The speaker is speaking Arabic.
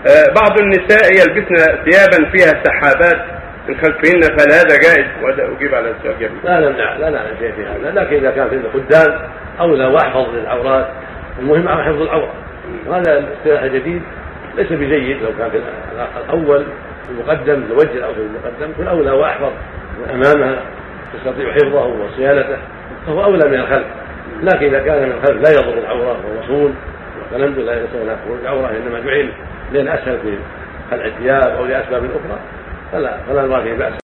بعض النساء يلبسن ثيابا فيها سحابات من خلفهن، فهل هذا جائز؟ وهذا أجيب على السؤال قبل. لا نعلم شيء في هذا، لكن إذا كان في الخدام أولى وأحفظ للعورات، المهم حفظ العورة. وهذا الاصطلاح الجديد ليس بجيد، لو كان في الأول في المقدم الوجه أو في المقدم في الأولى وأحفظ أمامها تستطيع حفظه وصيانته، فهو أولى من الخلف. لكن إذا كان من الخلف لا يضر العورة ومصون والكلام لا يصون خروج العورة، إنما جعل لأن أسهل في خلع الثياب أو لأسباب أخرى، فلا نرى فيه بأس.